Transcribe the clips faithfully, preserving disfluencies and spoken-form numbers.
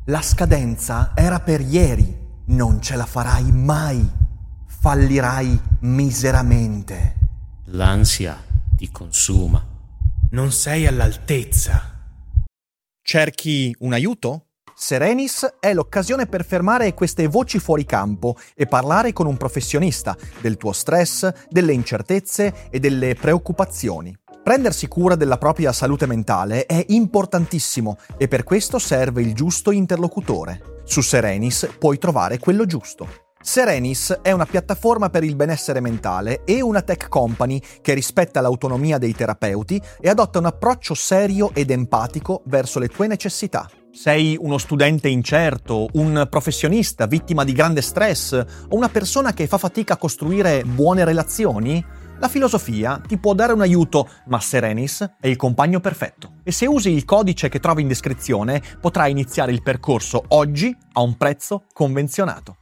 La scadenza era per ieri, non ce la farai mai. Fallirai miseramente. L'ansia ti consuma. Non sei all'altezza. Cerchi un aiuto? Serenis è l'occasione per fermare queste voci fuori campo e parlare con un professionista del tuo stress, delle incertezze e delle preoccupazioni. Prendersi cura della propria salute mentale è importantissimo e per questo serve il giusto interlocutore. Su Serenis puoi trovare quello giusto. Serenis è una piattaforma per il benessere mentale e una tech company che rispetta l'autonomia dei terapeuti e adotta un approccio serio ed empatico verso le tue necessità. Sei uno studente incerto, un professionista vittima di grande stress o una persona che fa fatica a costruire buone relazioni? La filosofia ti può dare un aiuto, ma Serenis è il compagno perfetto. E se usi il codice che trovi in descrizione, potrai iniziare il percorso oggi a un prezzo convenzionato.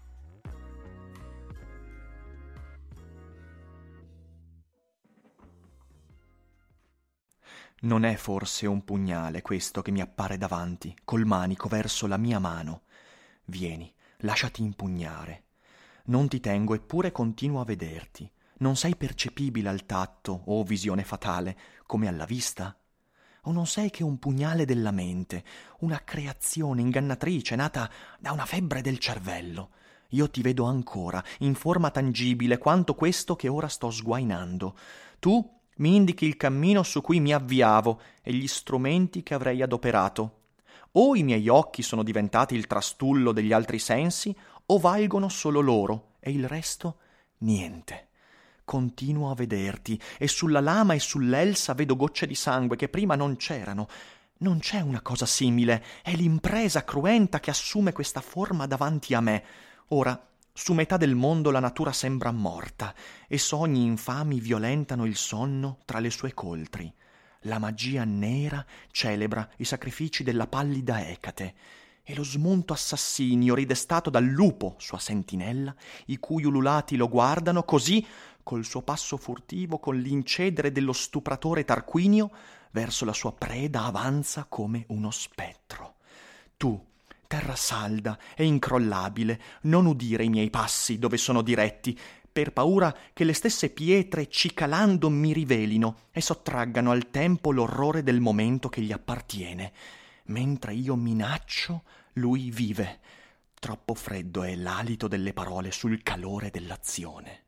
Non è forse un pugnale questo che mi appare davanti, col manico verso la mia mano. Vieni, lasciati impugnare. Non ti tengo, eppure continuo a vederti. Non sei percepibile al tatto o visione fatale, come alla vista? O non sei che un pugnale della mente, una creazione ingannatrice nata da una febbre del cervello? Io ti vedo ancora, in forma tangibile, quanto questo che ora sto sguainando. Tu mi indichi il cammino su cui mi avviavo e gli strumenti che avrei adoperato. O i miei occhi sono diventati il trastullo degli altri sensi, o valgono solo loro, e il resto niente. Continuo a vederti, e sulla lama e sull'elsa vedo gocce di sangue che prima non c'erano. Non c'è una cosa simile, è l'impresa cruenta che assume questa forma davanti a me. Ora, su metà del mondo la natura sembra morta, e sogni infami violentano il sonno tra le sue coltri. La magia nera celebra i sacrifici della pallida Ecate, e lo smunto assassinio ridestato dal lupo, sua sentinella, i cui ululati lo guardano, così, col suo passo furtivo, con l'incedere dello stupratore Tarquinio, verso la sua preda avanza come uno spettro. Tu, terra salda e incrollabile, non udire i miei passi dove sono diretti, per paura che le stesse pietre cicalando mi rivelino e sottraggano al tempo l'orrore del momento che gli appartiene. Mentre io minaccio, lui vive. Troppo freddo è l'alito delle parole sul calore dell'azione.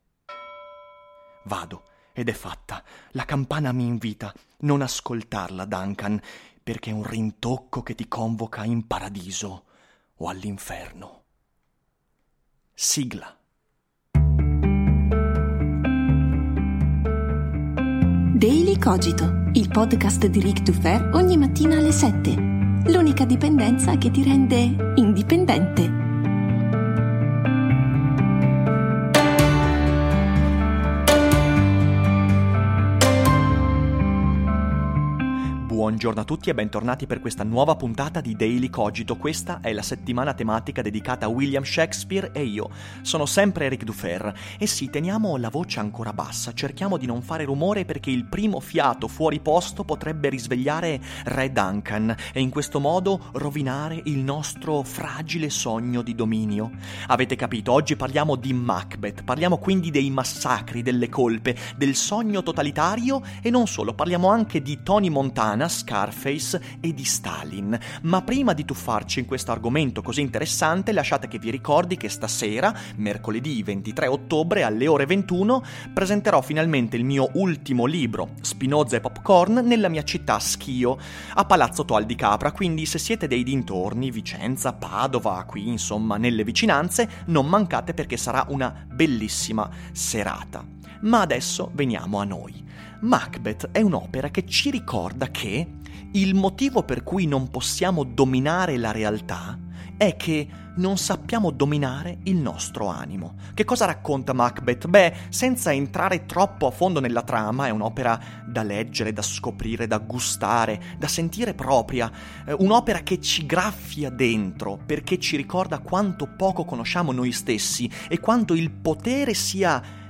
Vado, ed è fatta. La campana mi invita. Non ascoltarla, Duncan, perché è un rintocco che ti convoca in paradiso o all'inferno. Sigla. Daily Cogito, il podcast di Ric Dufer ogni mattina alle sette. L'unica dipendenza che ti rende indipendente. Buongiorno a tutti e bentornati per questa nuova puntata di Daily Cogito. Questa è la settimana tematica dedicata a William Shakespeare e io sono sempre Ric Dufer. E sì, teniamo la voce ancora bassa, cerchiamo di non fare rumore perché il primo fiato fuori posto potrebbe risvegliare Re Duncan e in questo modo rovinare il nostro fragile sogno di dominio. Avete capito, oggi parliamo di Macbeth, parliamo quindi dei massacri, delle colpe, del sogno totalitario e non solo, parliamo anche di Tony Montana, Scarface e di Stalin. Ma prima di tuffarci in questo argomento così interessante, lasciate che vi ricordi che stasera, mercoledì ventitré ottobre alle ore ventuno, presenterò finalmente il mio ultimo libro, Spinoza e Popcorn, nella mia città Schio, a Palazzo Toal di Capra, quindi se siete dei dintorni, Vicenza, Padova, qui insomma nelle vicinanze, non mancate perché sarà una bellissima serata. Ma adesso veniamo a noi. Macbeth è un'opera che ci ricorda che il motivo per cui non possiamo dominare la realtà è che non sappiamo dominare il nostro animo. Che cosa racconta Macbeth? Beh, senza entrare troppo a fondo nella trama, è un'opera da leggere, da scoprire, da gustare, da sentire propria, eh, un'opera che ci graffia dentro, perché ci ricorda quanto poco conosciamo noi stessi e quanto il potere sia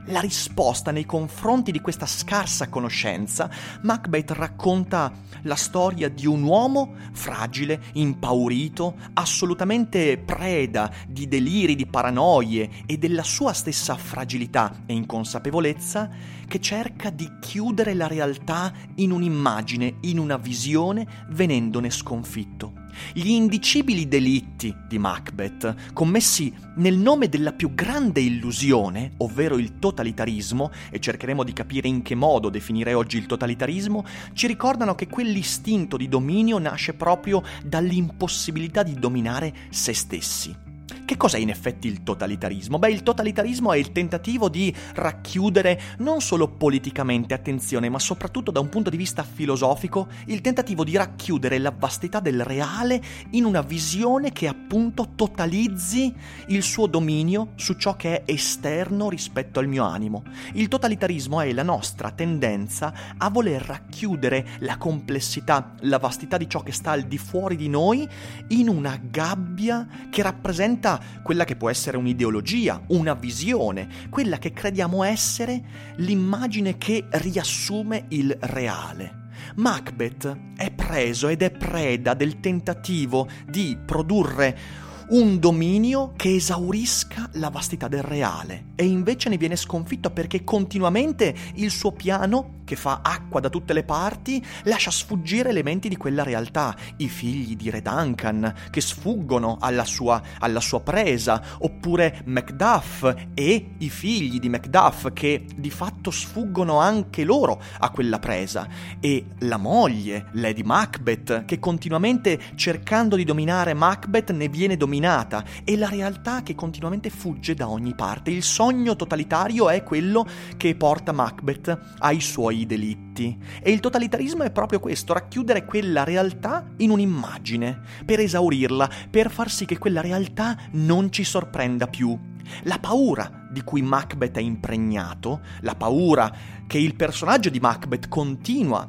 la risposta nei confronti di questa scarsa conoscenza, Macbeth racconta la storia di un uomo fragile, impaurito, assolutamente preda di deliri, di paranoie e della sua stessa fragilità e inconsapevolezza, che cerca di chiudere la realtà in un'immagine, in una visione, venendone sconfitto. Gli indicibili delitti di Macbeth, commessi nel nome della più grande illusione, ovvero il totalitarismo, e cercheremo di capire in che modo definire oggi il totalitarismo, ci ricordano che quell'istinto di dominio nasce proprio dall'impossibilità di dominare se stessi. Che cos'è in effetti il totalitarismo? Beh, il totalitarismo è il tentativo di racchiudere non solo politicamente, attenzione, ma soprattutto da un punto di vista filosofico, il tentativo di racchiudere la vastità del reale in una visione che appunto totalizzi il suo dominio su ciò che è esterno rispetto al mio animo. Il totalitarismo è la nostra tendenza a voler racchiudere la complessità, la vastità di ciò che sta al di fuori di noi in una gabbia che rappresenta quella che può essere un'ideologia, una visione, quella che crediamo essere l'immagine che riassume il reale. Macbeth è preso ed è preda del tentativo di produrre un dominio che esaurisca la vastità del reale, e invece ne viene sconfitto perché continuamente il suo piano, che fa acqua da tutte le parti, lascia sfuggire elementi di quella realtà, i figli di Re Duncan che sfuggono alla sua, alla sua presa, oppure Macduff e i figli di Macduff che di fatto sfuggono anche loro a quella presa, e la moglie, Lady Macbeth, che continuamente cercando di dominare Macbeth ne viene dominata, e la realtà che continuamente fugge da ogni parte. Il sogno totalitario è quello che porta Macbeth ai suoi i delitti, e il totalitarismo è proprio questo: racchiudere quella realtà in un'immagine, per esaurirla, per far sì che quella realtà non ci sorprenda più. La paura di cui Macbeth è impregnato, la paura che il personaggio di Macbeth continua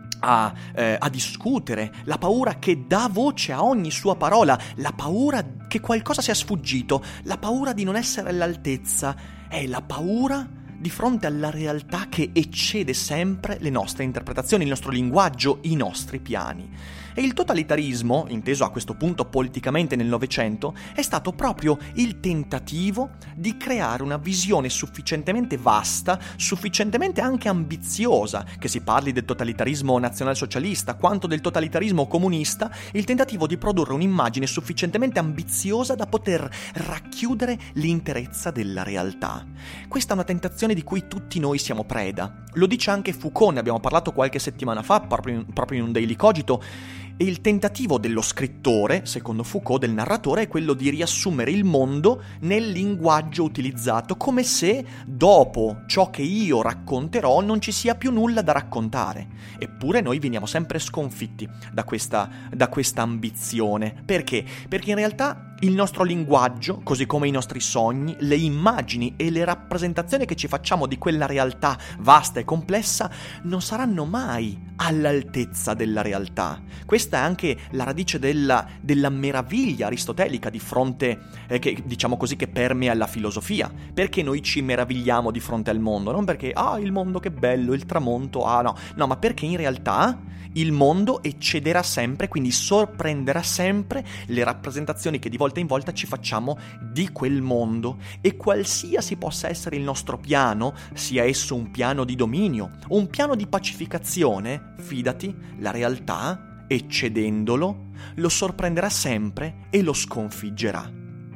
A, eh, a discutere, la paura che dà voce a ogni sua parola, la paura che qualcosa sia sfuggito, la paura di non essere all'altezza, è la paura di fronte alla realtà che eccede sempre le nostre interpretazioni, il nostro linguaggio, i nostri piani. E il totalitarismo, inteso a questo punto politicamente nel Novecento, è stato proprio il tentativo di creare una visione sufficientemente vasta, sufficientemente anche ambiziosa, che si parli del totalitarismo nazionalsocialista quanto del totalitarismo comunista, il tentativo di produrre un'immagine sufficientemente ambiziosa da poter racchiudere l'interezza della realtà. Questa è una tentazione di cui tutti noi siamo preda. Lo dice anche Foucault, ne abbiamo parlato qualche settimana fa, proprio in, proprio in un Daily Cogito. E il tentativo dello scrittore, secondo Foucault, del narratore, è quello di riassumere il mondo nel linguaggio utilizzato, come se dopo ciò che io racconterò non ci sia più nulla da raccontare. Eppure noi veniamo sempre sconfitti da questa, da questa ambizione. Perché? Perché in realtà il nostro linguaggio, così come i nostri sogni, le immagini e le rappresentazioni che ci facciamo di quella realtà vasta e complessa, non saranno mai all'altezza della realtà. Questa è anche la radice della, della meraviglia aristotelica di fronte, eh, che diciamo così, che permea la filosofia. Perché noi ci meravigliamo di fronte al mondo? Non perché, ah, il mondo che bello, il tramonto, ah no, no, ma perché in realtà il mondo eccederà sempre, quindi sorprenderà sempre le rappresentazioni che di volta in volta ci facciamo di quel mondo, e qualsiasi possa essere il nostro piano, sia esso un piano di dominio o un piano di pacificazione, fidati, la realtà, eccedendolo, lo sorprenderà sempre e lo sconfiggerà.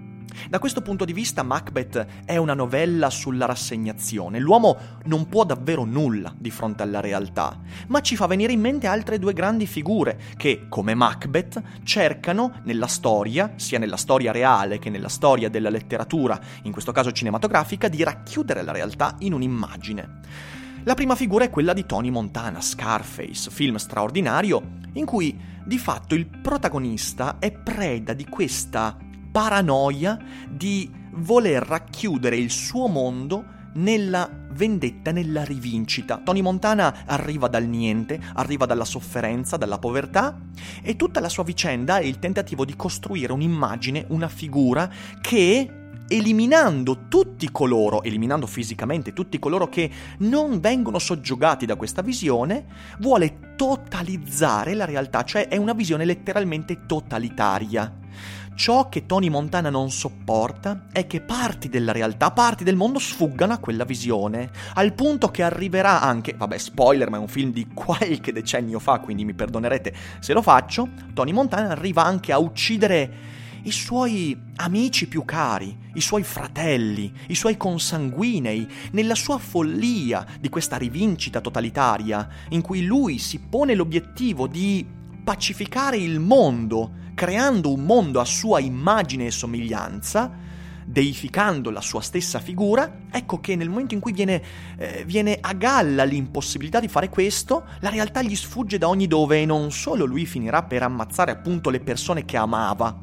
Da questo punto di vista Macbeth è una novella sulla rassegnazione. L'uomo non può davvero nulla di fronte alla realtà, ma ci fa venire in mente altre due grandi figure che, come Macbeth, cercano nella storia, sia nella storia reale che nella storia della letteratura, in questo caso cinematografica, di racchiudere la realtà in un'immagine. La prima figura è quella di Tony Montana, Scarface, film straordinario in cui di fatto il protagonista è preda di questa paranoia di voler racchiudere il suo mondo nella vendetta, nella rivincita. Tony Montana arriva dal niente, arriva dalla sofferenza, dalla povertà, e tutta la sua vicenda è il tentativo di costruire un'immagine, una figura che eliminando tutti coloro, eliminando fisicamente tutti coloro che non vengono soggiogati da questa visione, vuole totalizzare la realtà, cioè è una visione letteralmente totalitaria. Ciò che Tony Montana non sopporta è che parti della realtà, parti del mondo sfuggano a quella visione, al punto che arriverà anche, vabbè spoiler, ma è un film di qualche decennio fa, quindi mi perdonerete se lo faccio, Tony Montana arriva anche a uccidere i suoi amici più cari, i suoi fratelli, i suoi consanguinei, nella sua follia di questa rivincita totalitaria, in cui lui si pone l'obiettivo di pacificare il mondo, creando un mondo a sua immagine e somiglianza, deificando la sua stessa figura. Ecco che nel momento in cui viene, eh, viene a galla l'impossibilità di fare questo, la realtà gli sfugge da ogni dove e non solo lui finirà per ammazzare appunto le persone che amava,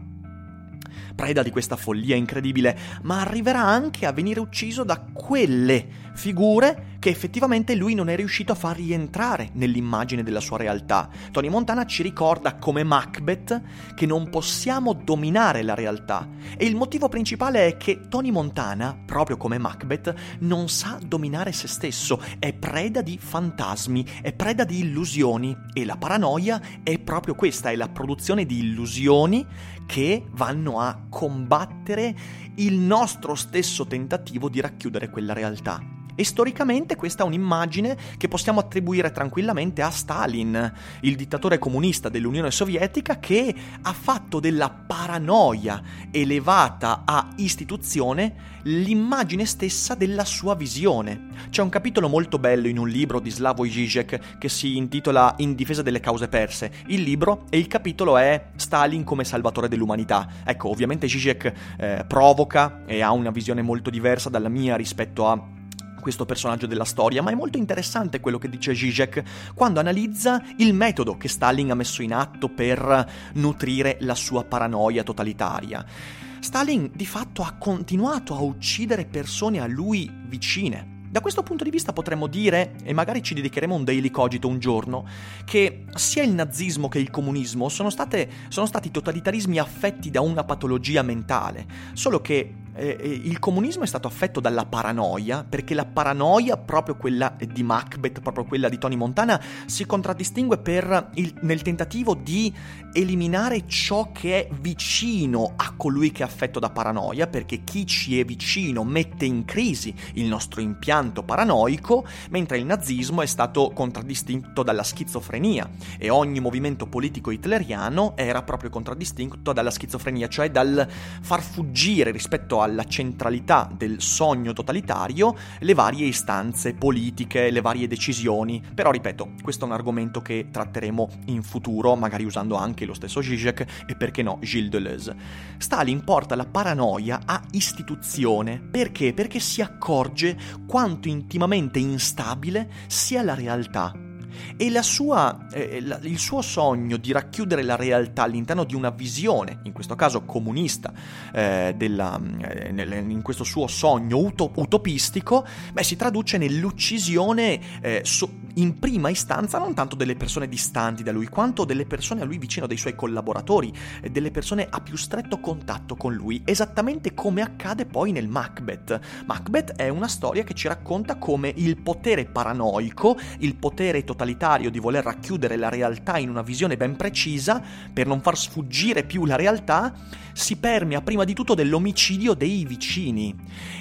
preda di questa follia incredibile, ma arriverà anche a venire ucciso da quelle figure che effettivamente lui non è riuscito a far rientrare nell'immagine della sua realtà. Tony Montana ci ricorda come Macbeth che non possiamo dominare la realtà, e il motivo principale è che Tony Montana, proprio come Macbeth, non sa dominare se stesso, è preda di fantasmi, è preda di illusioni, e la paranoia è proprio questa, è la produzione di illusioni che vanno a combattere il nostro stesso tentativo di racchiudere quella realtà. E storicamente questa è un'immagine che possiamo attribuire tranquillamente a Stalin, il dittatore comunista dell'Unione Sovietica, che ha fatto della paranoia elevata a istituzione l'immagine stessa della sua visione. C'è un capitolo molto bello in un libro di Slavoj Žižek che si intitola In difesa delle cause perse. Il libro e il capitolo è Stalin come salvatore dell'umanità. Ecco, ovviamente Žižek eh, provoca e ha una visione molto diversa dalla mia rispetto a questo personaggio della storia, ma è molto interessante quello che dice Žižek quando analizza il metodo che Stalin ha messo in atto per nutrire la sua paranoia totalitaria. Stalin di fatto ha continuato a uccidere persone a lui vicine. Da questo punto di vista potremmo dire, e magari ci dedicheremo un Daily Cogito un giorno, che sia il nazismo che il comunismo sono, state, sono stati totalitarismi affetti da una patologia mentale, solo che eh, il comunismo è stato affetto dalla paranoia, perché la paranoia, proprio quella di Macbeth, proprio quella di Tony Montana, si contraddistingue per il, nel tentativo di eliminare ciò che è vicino a colui che è affetto da paranoia, perché chi ci è vicino mette in crisi il nostro impianto paranoico, mentre il nazismo è stato contraddistinto dalla schizofrenia, e ogni movimento politico hitleriano era proprio contraddistinto dalla schizofrenia, cioè dal far fuggire rispetto alla centralità del sogno totalitario le varie istanze politiche, le varie decisioni. Però ripeto, questo è un argomento che tratteremo in futuro, magari usando anche lo stesso Žižek e perché no Gilles Deleuze. Stalin porta la paranoia a istituzione. Perché? Perché si accorge quanto intimamente instabile sia la realtà. E la sua, eh, la, il suo sogno di racchiudere la realtà all'interno di una visione, in questo caso comunista, eh, della, eh, nel, in questo suo sogno utop- utopistico, beh, si traduce nell'uccisione eh, so, in prima istanza non tanto delle persone distanti da lui, quanto delle persone a lui vicino, dei suoi collaboratori, eh, delle persone a più stretto contatto con lui, esattamente come accade poi nel Macbeth. Macbeth è una storia che ci racconta come il potere paranoico, il potere totalitario di voler racchiudere la realtà in una visione ben precisa per non far sfuggire più la realtà, si permea prima di tutto dell'omicidio dei vicini.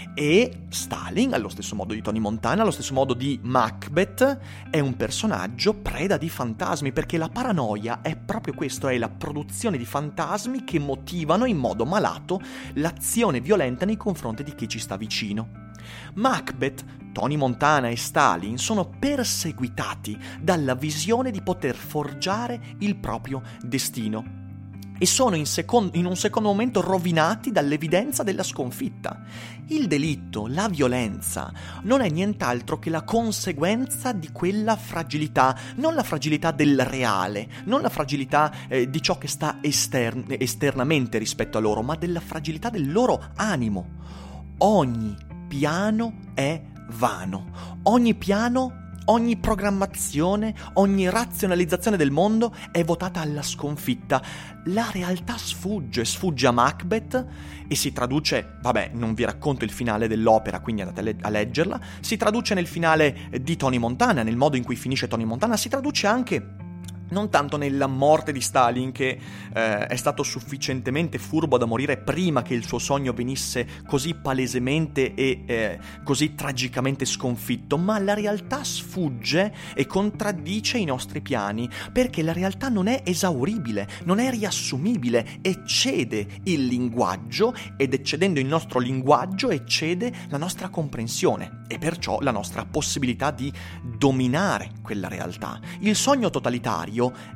E Stalin, allo stesso modo di Tony Montana, allo stesso modo di Macbeth, è un personaggio preda di fantasmi, perché la paranoia è proprio questo, è la produzione di fantasmi che motivano in modo malato l'azione violenta nei confronti di chi ci sta vicino. Macbeth, Tony Montana e Stalin sono perseguitati dalla visione di poter forgiare il proprio destino e sono in, second- in un secondo momento rovinati dall'evidenza della sconfitta. Il delitto, la violenza, non è nient'altro che la conseguenza di quella fragilità, non la fragilità del reale, non la fragilità eh, di ciò che sta estern- esternamente rispetto a loro, ma della fragilità del loro animo. Ogni piano è vano, ogni piano ogni programmazione, ogni razionalizzazione del mondo è votata alla sconfitta. La realtà sfugge, sfugge a Macbeth e si traduce, vabbè, non vi racconto il finale dell'opera, quindi andate a, le- a leggerla, si traduce nel finale di Tony Montana, nel modo in cui finisce Tony Montana, si traduce anche non tanto nella morte di Stalin, che eh, è stato sufficientemente furbo da morire prima che il suo sogno venisse così palesemente e eh, così tragicamente sconfitto, ma la realtà sfugge e contraddice i nostri piani, perché la realtà non è esauribile, non è riassumibile, eccede il linguaggio ed eccedendo il nostro linguaggio eccede la nostra comprensione e perciò la nostra possibilità di dominare quella realtà. Il sogno totalitario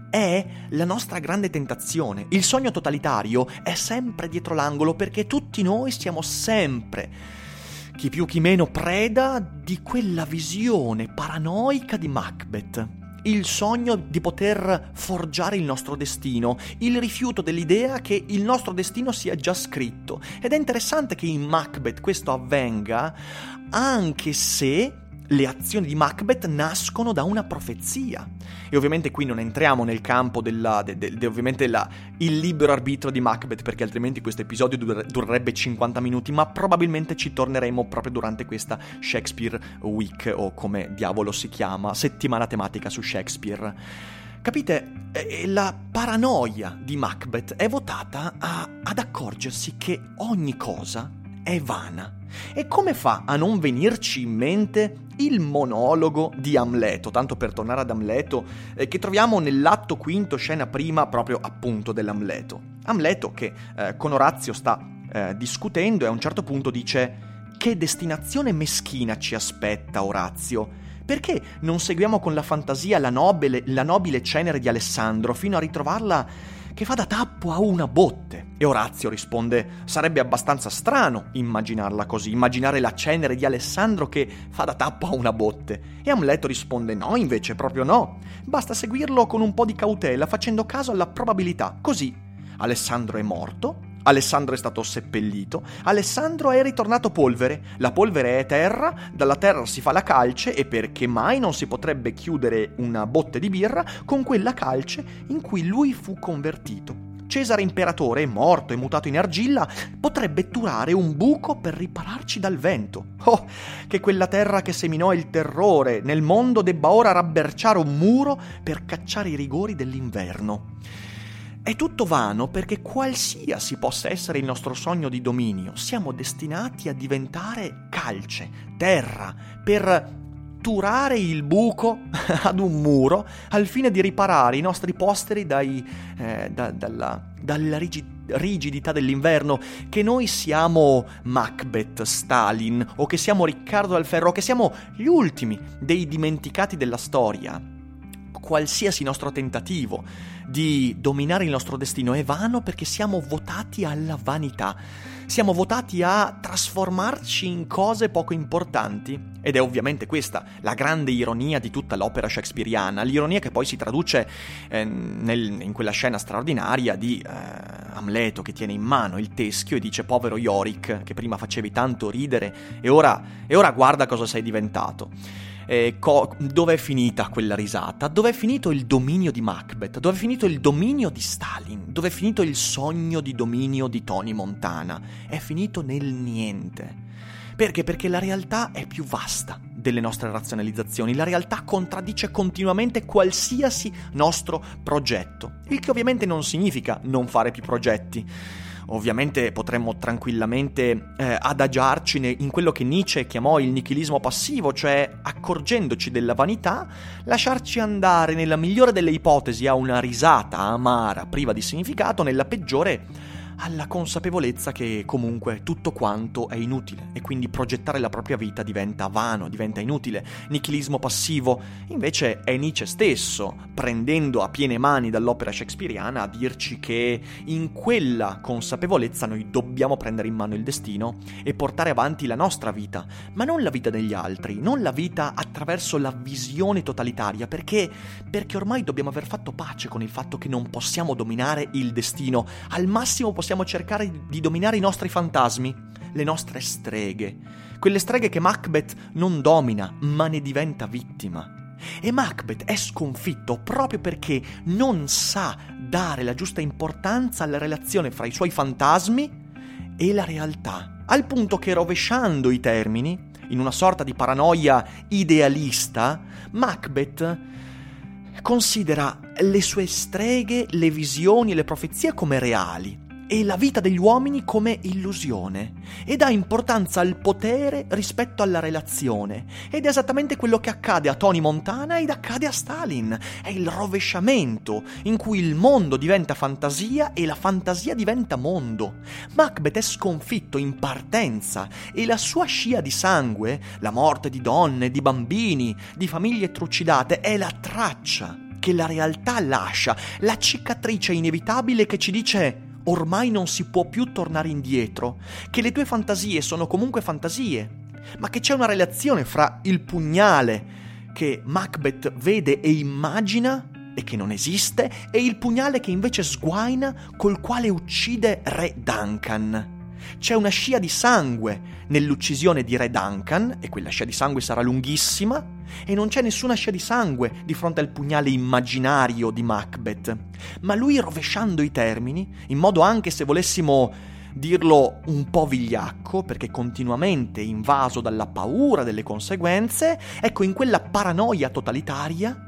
è la nostra grande tentazione. Il sogno totalitario è sempre dietro l'angolo perché tutti noi siamo sempre, chi più chi meno, preda di quella visione paranoica di Macbeth. Il sogno di poter forgiare il nostro destino, il rifiuto dell'idea che il nostro destino sia già scritto. Ed è interessante che in Macbeth questo avvenga, anche se le azioni di Macbeth nascono da una profezia. E ovviamente qui non entriamo nel campo della, de, de, de, ovviamente la, il libero arbitrio di Macbeth, perché altrimenti questo episodio dur- durerebbe cinquanta minuti, ma probabilmente ci torneremo proprio durante questa Shakespeare Week, o come diavolo si chiama, settimana tematica su Shakespeare. Capite? Eh, la paranoia di Macbeth è votata a, ad accorgersi che ogni cosa è vana. E come fa a non venirci in mente il monologo di Amleto, tanto per tornare ad Amleto, eh, che troviamo nell'atto quinto, scena prima, proprio appunto dell'Amleto. Amleto che eh, con Orazio sta eh, discutendo e a un certo punto dice: che destinazione meschina ci aspetta, Orazio? Perché non seguiamo con la fantasia la nobile, la nobile cenere di Alessandro fino a ritrovarla che fa da tappo a una botte? E Orazio risponde: sarebbe abbastanza strano immaginarla così, immaginare la cenere di Alessandro che fa da tappo a una botte. E Amleto risponde: no, invece proprio no, basta seguirlo con un po' di cautela, facendo caso alla probabilità. Così Alessandro è morto, Alessandro è stato seppellito, Alessandro è ritornato polvere, la polvere è terra, dalla terra si fa la calce, e perché mai non si potrebbe chiudere una botte di birra con quella calce in cui lui fu convertito? Cesare imperatore, morto e mutato in argilla, potrebbe turare un buco per ripararci dal vento. Oh, che quella terra che seminò il terrore nel mondo debba ora rabberciare un muro per cacciare i rigori dell'inverno. È tutto vano perché qualsiasi possa essere il nostro sogno di dominio, siamo destinati a diventare calce, terra, per turare il buco ad un muro al fine di riparare i nostri posteri dai, eh, da, dalla, dalla rigid- rigidità dell'inverno. Che noi siamo Macbeth, Stalin, o che siamo Riccardo Dal Ferro, o che siamo gli ultimi dei dimenticati della storia, qualsiasi nostro tentativo di dominare il nostro destino è vano perché siamo votati alla vanità, siamo votati a trasformarci in cose poco importanti. Ed è ovviamente questa la grande ironia di tutta l'opera shakespeariana, l'ironia che poi si traduce eh, nel, in quella scena straordinaria di eh, Amleto che tiene in mano il teschio e dice: povero Yorick, che prima facevi tanto ridere e ora, e ora guarda cosa sei diventato. Eh, co- dove è finita quella risata? Dove è finito il dominio di Macbeth? Dove è finito il dominio di Stalin? Dove è finito il sogno di dominio di Tony Montana? È finito nel niente. Perché? Perché la realtà è più vasta delle nostre razionalizzazioni. La realtà contraddice continuamente qualsiasi nostro progetto, il che ovviamente non significa non fare più progetti. Ovviamente potremmo tranquillamente eh, adagiarci in quello che Nietzsche chiamò il nichilismo passivo, cioè accorgendoci della vanità, lasciarci andare nella migliore delle ipotesi a una risata amara, priva di significato, nella peggiore alla consapevolezza che comunque tutto quanto è inutile e quindi progettare la propria vita diventa vano, diventa inutile. Nichilismo passivo invece è Nietzsche stesso, prendendo a piene mani dall'opera shakespeariana, a dirci che in quella consapevolezza noi dobbiamo prendere in mano il destino e portare avanti la nostra vita, ma non la vita degli altri, non la vita attraverso la visione totalitaria, perché perché ormai dobbiamo aver fatto pace con il fatto che non possiamo dominare il destino. Al massimo possiamo cercare di dominare i nostri fantasmi, le nostre streghe, quelle streghe che Macbeth non domina, ma ne diventa vittima. E Macbeth è sconfitto proprio perché non sa dare la giusta importanza alla relazione fra i suoi fantasmi e la realtà, al punto che, rovesciando i termini, in una sorta di paranoia idealista, Macbeth considera le sue streghe, le visioni e le profezie come reali e la vita degli uomini come illusione, e dà importanza al potere rispetto alla relazione, ed è esattamente quello che accade a Tony Montana ed accade a Stalin. È il rovesciamento in cui il mondo diventa fantasia e la fantasia diventa mondo. Macbeth è sconfitto in partenza e la sua scia di sangue, la morte di donne, di bambini, di famiglie trucidate, è la traccia che la realtà lascia, la cicatrice inevitabile che ci dice: ormai non si può più tornare indietro, che le tue fantasie sono comunque fantasie, ma che c'è una relazione fra il pugnale che Macbeth vede e immagina e che non esiste, e il pugnale che invece sguaina col quale uccide Re Duncan. C'è una scia di sangue nell'uccisione di Re Duncan, e quella scia di sangue sarà lunghissima, e non c'è nessuna scia di sangue di fronte al pugnale immaginario di Macbeth. Ma lui, rovesciando i termini, in modo anche, se volessimo dirlo, un po' vigliacco, perché continuamente invaso dalla paura delle conseguenze, ecco, in quella paranoia totalitaria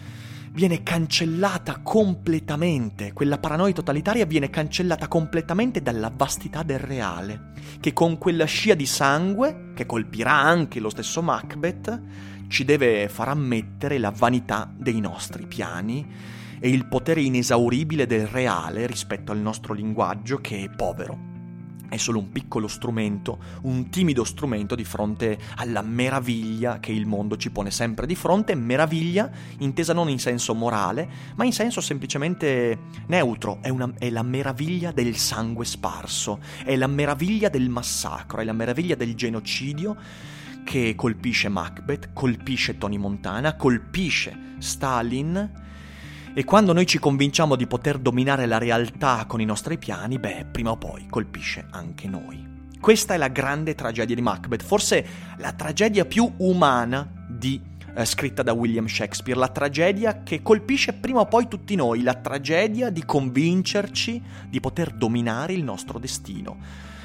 viene cancellata completamente, quella paranoia totalitaria viene cancellata completamente dalla vastità del reale, che con quella scia di sangue, che colpirà anche lo stesso Macbeth, ci deve far ammettere la vanità dei nostri piani e il potere inesauribile del reale rispetto al nostro linguaggio, che è povero. È solo un piccolo strumento, un timido strumento di fronte alla meraviglia che il mondo ci pone sempre di fronte, meraviglia intesa non in senso morale, ma in senso semplicemente neutro. È, una, è la meraviglia del sangue sparso, è la meraviglia del massacro, è la meraviglia del genocidio che colpisce Macbeth, colpisce Tony Montana, colpisce Stalin. E quando noi ci convinciamo di poter dominare la realtà con i nostri piani, beh, prima o poi colpisce anche noi. Questa è la grande tragedia di Macbeth, forse la tragedia più umana di, eh, scritta da William Shakespeare, la tragedia che colpisce prima o poi tutti noi, la tragedia di convincerci di poter dominare il nostro destino.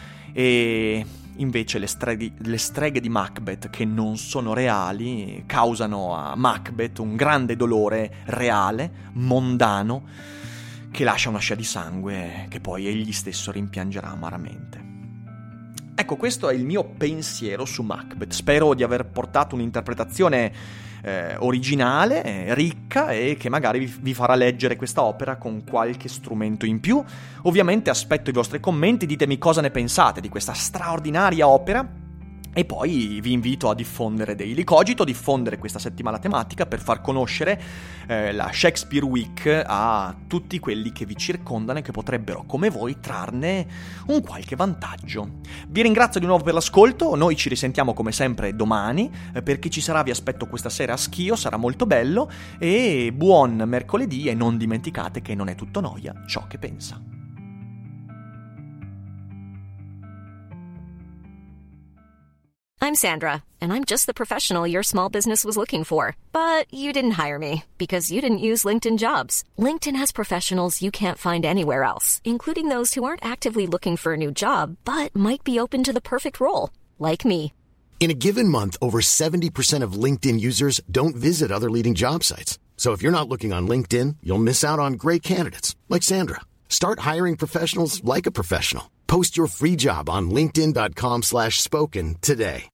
E invece le streghe, le streghe di Macbeth, che non sono reali, causano a Macbeth un grande dolore reale, mondano, che lascia una scia di sangue che poi egli stesso rimpiangerà amaramente. Ecco, questo è il mio pensiero su Macbeth. Spero di aver portato un'interpretazione eh, originale, eh, ricca, e che magari vi, vi farà leggere questa opera con qualche strumento in più. Ovviamente aspetto i vostri commenti, ditemi cosa ne pensate di questa straordinaria opera. E poi vi invito a diffondere Daily Cogito, diffondere questa settimana tematica per far conoscere eh, la Shakespeare Week a tutti quelli che vi circondano e che potrebbero, come voi, trarne un qualche vantaggio. Vi ringrazio di nuovo per l'ascolto, noi ci risentiamo come sempre domani, eh, per chi ci sarà vi aspetto questa sera a Schio, sarà molto bello, e buon mercoledì, e non dimenticate che non è tutto noia ciò che pensa. I'm Sandra, and I'm just the professional your small business was looking for. But you didn't hire me because you didn't use LinkedIn Jobs. LinkedIn has professionals you can't find anywhere else, including those who aren't actively looking for a new job, but might be open to the perfect role, like me. In a given month, over seventy percent of LinkedIn users don't visit other leading job sites. So if you're not looking on LinkedIn, you'll miss out on great candidates, like Sandra. Start hiring professionals like a professional. Post your free job on linkedin dot com slash spoken today.